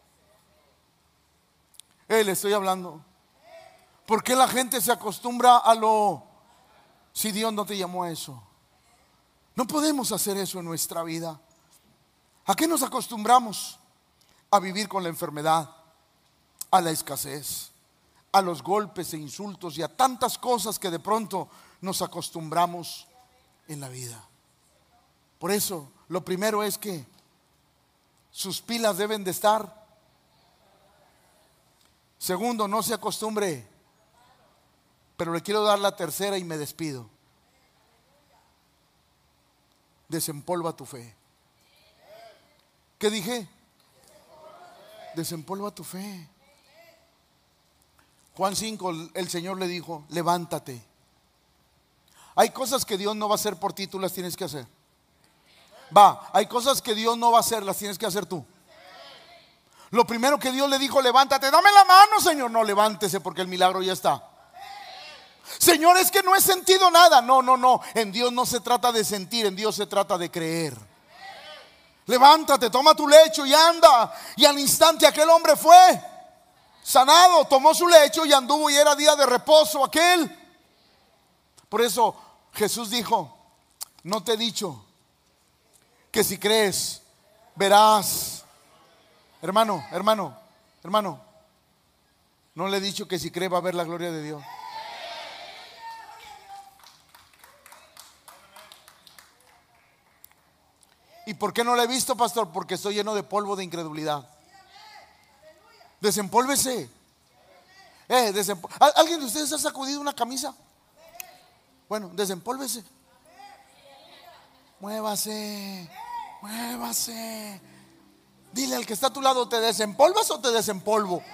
Le estoy hablando. ¿Por qué la gente se acostumbra a lo, si Dios no te llamó a eso? No podemos hacer eso en nuestra vida. ¿A qué nos acostumbramos? A vivir con la enfermedad, a la escasez, a los golpes e insultos y a tantas cosas que de pronto nos acostumbramos en la vida. Por eso, lo primero es que sus pilas deben de estar. Segundo, no se acostumbre. Pero le quiero dar la tercera y me despido. Desempolva tu fe. ¿Qué dije? Desempolva tu fe. Juan 5, el Señor le dijo: levántate. Hay cosas que Dios no va a hacer por ti, tú las tienes que hacer. Hay cosas que Dios no va a hacer, las tienes que hacer tú. Lo primero que Dios le dijo: levántate. Dame la mano, Señor. No, levántese porque el milagro ya está. Señor, es que no he sentido nada. No, en Dios no se trata de sentir, en Dios se trata de creer. Levántate, toma tu lecho y anda. Y al instante aquel hombre fue sanado, tomó su lecho y anduvo, y era día de reposo aquel. Por eso Jesús dijo: no te he dicho que si crees verás. Hermano, no le he dicho que si cree va a ver la gloria de Dios. ¿Y por qué no la he visto, pastor? Porque estoy lleno de polvo de incredulidad. Desempólvese. ¿Alguien de ustedes ha sacudido una camisa? Bueno, desempólvese. Muévase. Dile al que está a tu lado: ¿te desempolvas o te desempolvo?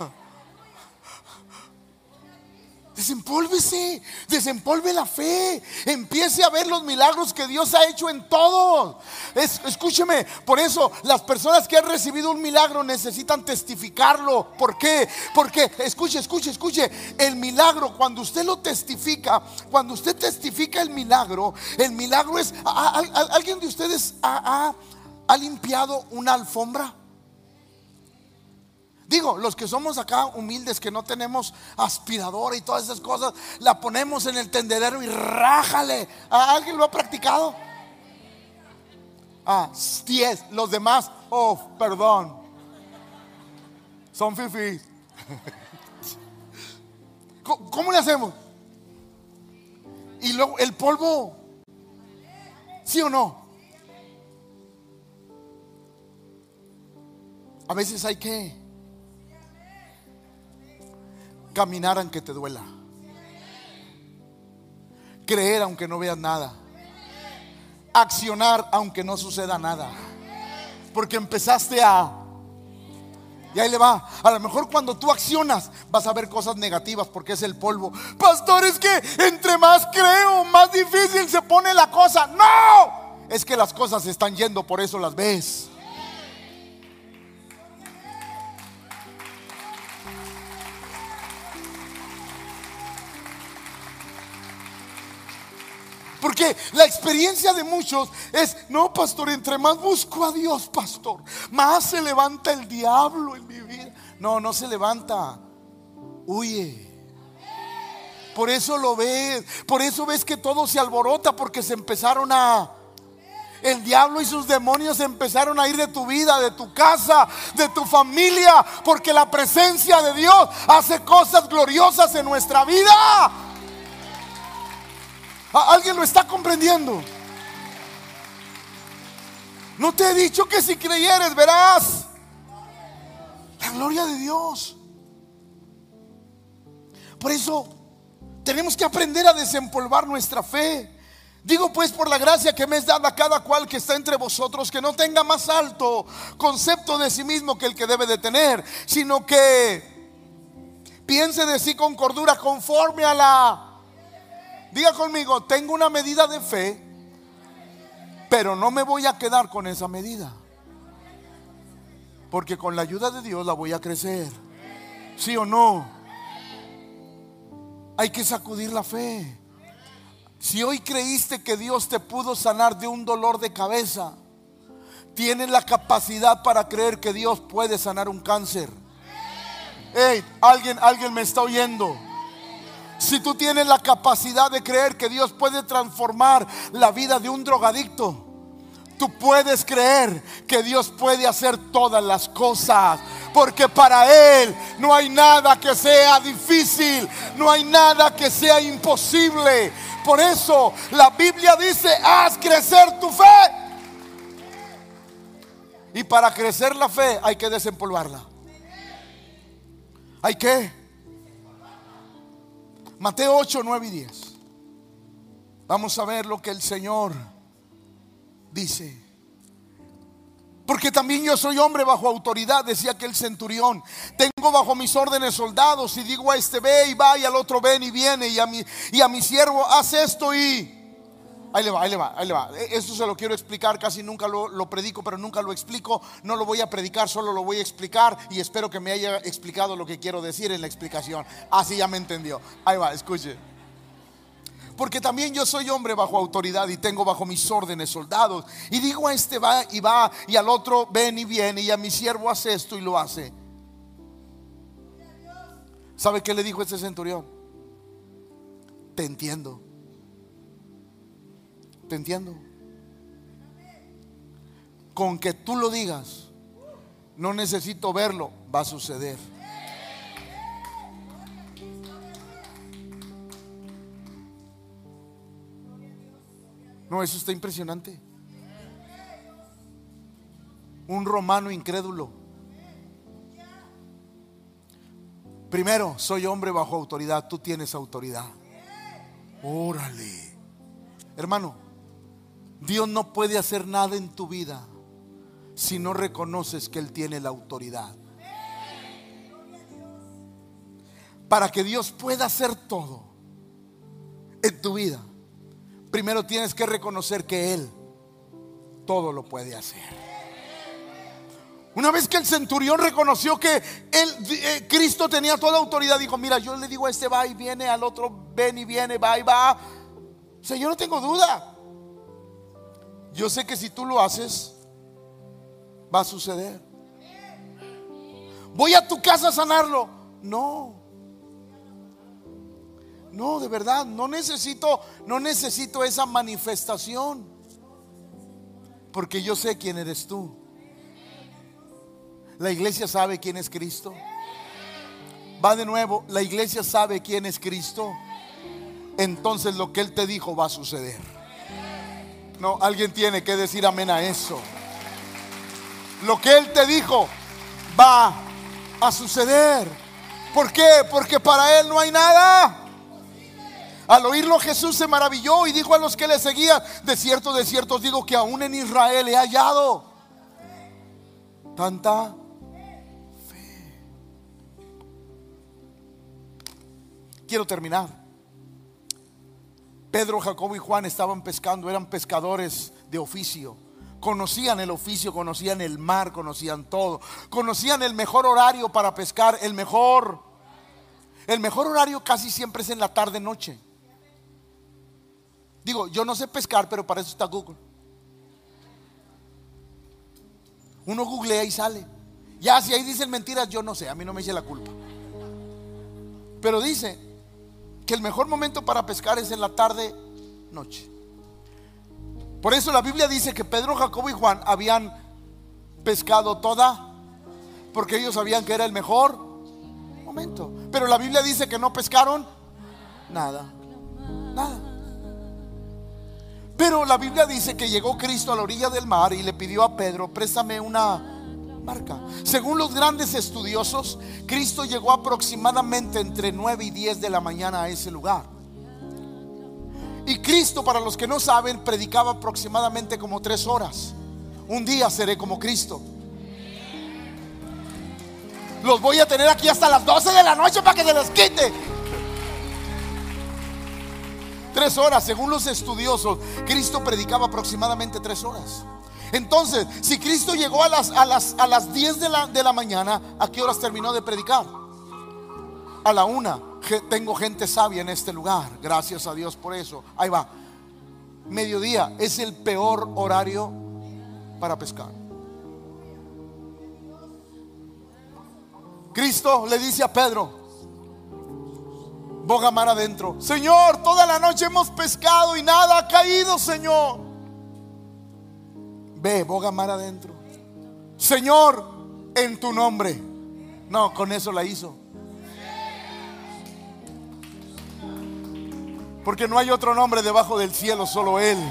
Desempólvese, desempolve la fe. Empiece a ver los milagros que Dios ha hecho en todos. Escúcheme, por eso las personas que han recibido un milagro necesitan testificarlo. ¿Por qué? Porque, escuche, el milagro, cuando usted lo testifica, cuando usted testifica el milagro es, ¿alguien de ustedes ha limpiado una alfombra? Digo, los que somos acá humildes, que no tenemos aspiradora y todas esas cosas, la ponemos en el tendedero y rájale. ¿Alguien lo ha practicado? 10, los demás, perdón, son fifís. ¿Cómo le hacemos? Y luego el polvo, ¿sí o no? A veces hay que caminar aunque te duela, creer aunque no veas nada, accionar aunque no suceda nada, porque empezaste y ahí le va. A lo mejor cuando tú accionas vas a ver cosas negativas porque es el polvo. Pastor, es que entre más creo, más difícil se pone la cosa. No, es que las cosas se están yendo, por eso las ves. Porque la experiencia de muchos es: no, pastor, entre más busco a Dios, pastor, más se levanta el diablo en mi vida. No se levanta, huye. Por eso lo ves, por eso ves que todo se alborota, porque se empezaron El diablo y sus demonios empezaron a ir de tu vida, de tu casa, de tu familia, porque la presencia de Dios hace cosas gloriosas en nuestra vida. ¿Alguien lo está comprendiendo? No te he dicho que si creyeres verás la gloria de Dios. Por eso tenemos que aprender a desempolvar nuestra fe. Digo pues, por la gracia que me es dada a cada cual que está entre vosotros, que no tenga más alto concepto de sí mismo que el que debe de tener, sino que piense de sí con cordura, conforme a la... Diga conmigo, tengo una medida de fe, pero no me voy a quedar con esa medida, porque con la ayuda de Dios la voy a crecer. ¿Sí o no? Hay que sacudir la fe. Si hoy creíste que Dios te pudo sanar de un dolor de cabeza, tienes la capacidad para creer que Dios puede sanar un cáncer. Hey, alguien me está oyendo. Si tú tienes la capacidad de creer que Dios puede transformar la vida de un drogadicto, tú puedes creer que Dios puede hacer todas las cosas, porque para Él no hay nada que sea difícil, no hay nada que sea imposible. Por eso la Biblia dice: haz crecer tu fe. Y para crecer la fe hay que desempolvarla. Hay que Mateo 8, 9 y 10. Vamos a ver lo que el Señor dice. Porque también yo soy hombre bajo autoridad, decía aquel centurión. Tengo bajo mis órdenes soldados, y digo a este ve y va, y al otro ven y viene, y a mi siervo haz esto y... Ahí le va. Esto se lo quiero explicar, casi nunca lo predico, pero nunca lo explico. No lo voy a predicar, solo lo voy a explicar, y espero que me haya explicado lo que quiero decir en la explicación. Así ya me entendió. Ahí va, escuche. Porque también yo soy hombre bajo autoridad, y tengo bajo mis órdenes soldados, y digo a este va, y al otro ven y viene, y a mi siervo hace esto y lo hace. ¿Sabe qué le dijo este centurión? Te entiendo. Te entiendo. Con que tú lo digas, no necesito verlo, va a suceder. No, eso está impresionante. Un romano incrédulo. Primero, soy hombre bajo autoridad. Tú tienes autoridad. Órale. Hermano, Dios no puede hacer nada en tu vida si no reconoces que Él tiene la autoridad. Para que Dios pueda hacer todo en tu vida, primero tienes que reconocer que Él todo lo puede hacer. Una vez que el centurión reconoció que Cristo tenía toda autoridad, dijo: mira, yo le digo a este va y viene, al otro ven y viene, va y va. O sea, yo no tengo duda. Yo sé que si tú lo haces, va a suceder. Voy a tu casa a sanarlo. No, de verdad, no necesito esa manifestación, porque yo sé quién eres tú. La iglesia sabe quién es Cristo. Va de nuevo, la iglesia sabe quién es Cristo. Entonces lo que Él te dijo va a suceder. No, alguien tiene que decir amén a eso. Lo que Él te dijo va a suceder. ¿Por qué? Porque para Él no hay nada. Al oírlo, Jesús se maravilló y dijo a los que le seguían: de cierto os digo que aún en Israel he hallado tanta fe. Quiero terminar. Pedro, Jacobo y Juan estaban pescando, eran pescadores de oficio. Conocían el oficio, conocían el mar, conocían todo. Conocían el mejor horario para pescar. El mejor horario casi siempre es en la tarde noche. Digo, yo no sé pescar, pero para eso está Google. Uno googlea y sale. Ya si ahí dicen mentiras, yo no sé, a mí no me eche la culpa. Pero dice que el mejor momento para pescar es en la tarde noche. Por eso la Biblia dice que Pedro, Jacobo y Juan habían pescado toda, porque ellos sabían que era el mejor momento. Pero la Biblia dice que no pescaron nada. Pero la Biblia dice que llegó Cristo a la orilla del mar y le pidió a Pedro: préstame una barca. Según los grandes estudiosos, Cristo llegó aproximadamente entre 9 y 10 de la mañana a ese lugar. Y Cristo, para los que no saben, predicaba aproximadamente como 3 horas. Un día seré como Cristo. Los voy a tener aquí hasta las 12 de la noche para que se les quite. 3 horas, según los estudiosos, Cristo predicaba aproximadamente 3 horas. Entonces, si Cristo llegó a las 10 de la mañana, ¿a qué horas terminó de predicar? A la 1. Tengo gente sabia en este lugar, gracias a Dios por eso. Ahí va. Mediodía es el peor horario para pescar. Cristo le dice a Pedro: boga mar adentro. Señor, toda la noche hemos pescado y nada ha caído, Señor. Ve, boga mar adentro. Señor, en tu nombre. No, con eso la hizo. Porque no hay otro nombre debajo del cielo, solo Él.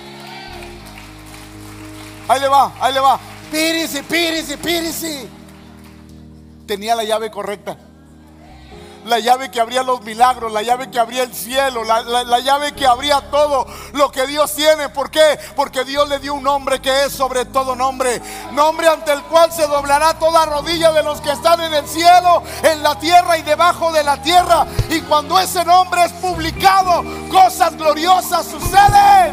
Ahí le va, ahí le va. Pírese. Tenía la llave correcta. La llave que abría los milagros, la llave que abría el cielo, la llave que abría todo lo que Dios tiene. ¿Por qué? Porque Dios le dio un nombre que es sobre todo nombre. Nombre ante el cual se doblará toda rodilla de los que están en el cielo, en la tierra y debajo de la tierra. Y cuando ese nombre es publicado, cosas gloriosas suceden.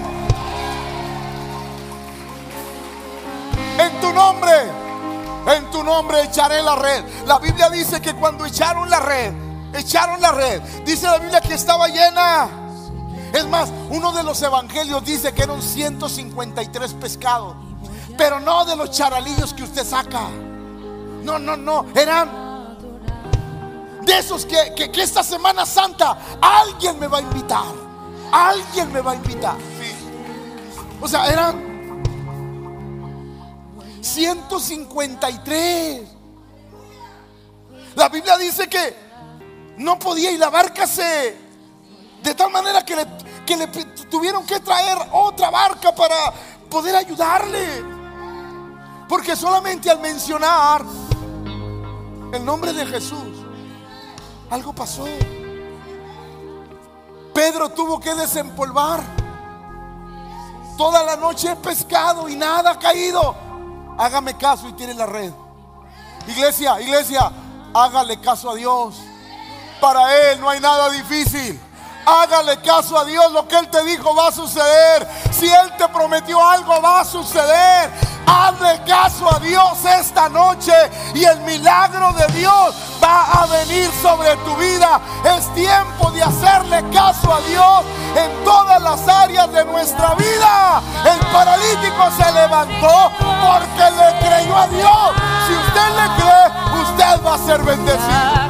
En tu nombre echaré la red. La Biblia dice que cuando echaron la red, dice la Biblia que estaba llena. Es más, uno de los evangelios dice que eran 153 pescados, pero no de los charalillos que usted saca. No, eran de esos que esta Semana Santa alguien me va a invitar. Sí. O sea, eran 153. La Biblia dice que no podía y la barca de tal manera que le tuvieron que traer otra barca para poder ayudarle. Porque solamente al mencionar el nombre de Jesús, algo pasó. Pedro tuvo que desempolvar. Toda la noche he pescado y nada ha caído. Hágame caso y tire la red. Iglesia, hágale caso a Dios. Para Él no hay nada difícil. Hágale caso a Dios. Lo que Él te dijo va a suceder. Si Él te prometió algo, va a suceder. Hazle caso a Dios esta noche y el milagro de Dios va a venir sobre tu vida. Es tiempo de hacerle caso a Dios en todas las áreas de nuestra vida. El paralítico se levantó porque le creyó a Dios. Si usted le cree, usted va a ser bendecido.